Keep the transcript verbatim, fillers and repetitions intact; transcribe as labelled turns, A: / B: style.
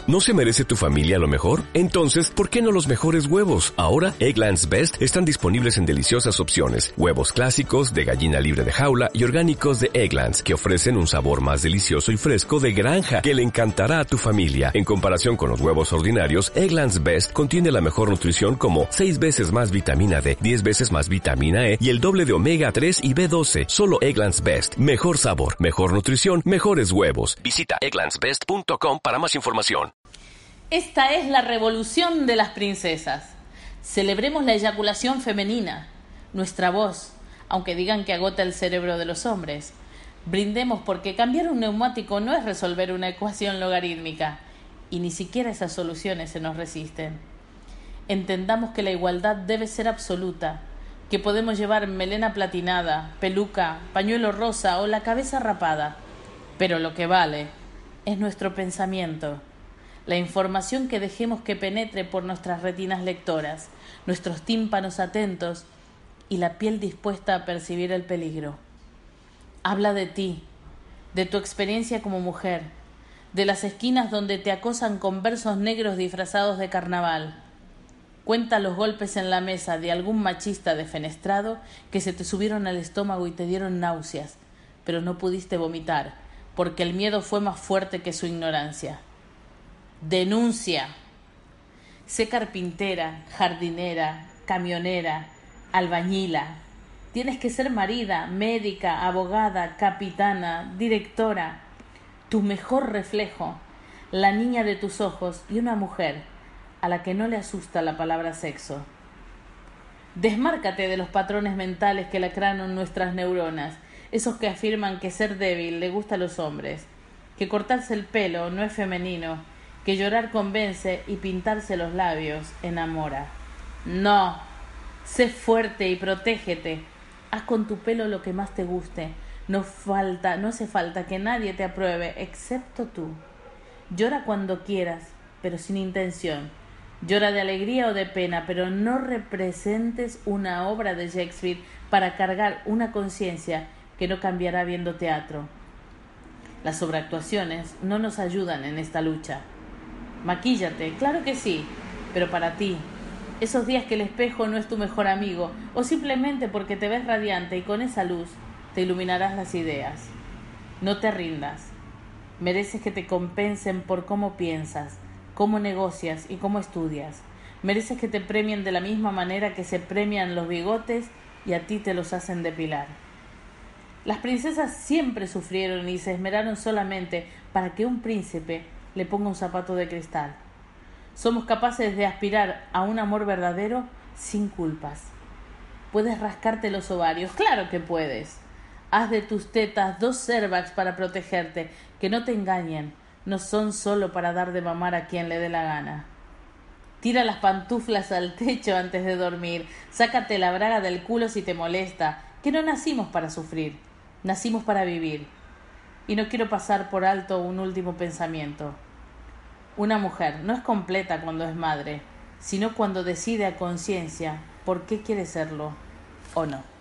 A: ¿No se merece tu familia lo mejor? Entonces, ¿por qué no los mejores huevos? Ahora, Eggland's Best están disponibles en deliciosas opciones. Huevos clásicos, de gallina libre de jaula y orgánicos de Eggland's, que ofrecen un sabor más delicioso y fresco de granja, que le encantará a tu familia. En comparación con los huevos ordinarios, Eggland's Best contiene la mejor nutrición como seis veces más vitamina D, diez veces más vitamina E y el doble de omega tres y B doce. Solo Eggland's Best. Mejor sabor, mejor nutrición, mejores huevos. Visita egglands best punto com para más información.
B: Esta es la revolución de las princesas. Celebremos la eyaculación femenina, nuestra voz, aunque digan que agota el cerebro de los hombres. Brindemos porque cambiar un neumático no es resolver una ecuación logarítmica, y ni siquiera esas soluciones se nos resisten. Entendamos que la igualdad debe ser absoluta, que podemos llevar melena platinada, peluca, pañuelo rosa o la cabeza rapada, pero lo que vale es nuestro pensamiento. La información que dejemos que penetre por nuestras retinas lectoras, nuestros tímpanos atentos y la piel dispuesta a percibir el peligro. Habla de ti, de tu experiencia como mujer, de las esquinas donde te acosan con versos negros disfrazados de carnaval. Cuenta los golpes en la mesa de algún machista defenestrado que se te subieron al estómago y te dieron náuseas, pero no pudiste vomitar, porque el miedo fue más fuerte que su ignorancia. Denuncia. Sé carpintera, jardinera, camionera, albañila. Tienes que ser marida, médica, abogada, capitana, directora. Tu mejor reflejo, la niña de tus ojos y una mujer a la que no le asusta la palabra sexo. Desmárcate de los patrones mentales que lacraron nuestras neuronas, esos que afirman que ser débil le gusta a los hombres, que cortarse el pelo no es femenino, que llorar convence y pintarse los labios enamora. No, sé fuerte y protégete. Haz con tu pelo lo que más te guste. No falta, no hace falta que nadie te apruebe, excepto tú. Llora cuando quieras, pero sin intención. Llora de alegría o de pena, pero no representes una obra de Shakespeare para cargar una conciencia que no cambiará viendo teatro. Las sobreactuaciones no nos ayudan en esta lucha. Maquíllate, claro que sí, pero para ti, esos días que el espejo no es tu mejor amigo, o simplemente porque te ves radiante y con esa luz te iluminarás las ideas. No te rindas. Mereces que te compensen por cómo piensas, cómo negocias y cómo estudias. Mereces que te premien de la misma manera que se premian los bigotes y a ti te los hacen depilar. Las princesas siempre sufrieron y se esmeraron solamente para que un príncipe le ponga un zapato de cristal. Somos capaces de aspirar a un amor verdadero sin culpas. ¿Puedes rascarte los ovarios? ¡Claro que puedes! Haz de tus tetas dos airbags para protegerte, que no te engañen, no son solo para dar de mamar a quien le dé la gana. Tira las pantuflas al techo antes de dormir, sácate la braga del culo si te molesta, que no nacimos para sufrir, nacimos para vivir. Y no quiero pasar por alto un último pensamiento. Una mujer no es completa cuando es madre, sino cuando decide a conciencia por qué quiere serlo o no.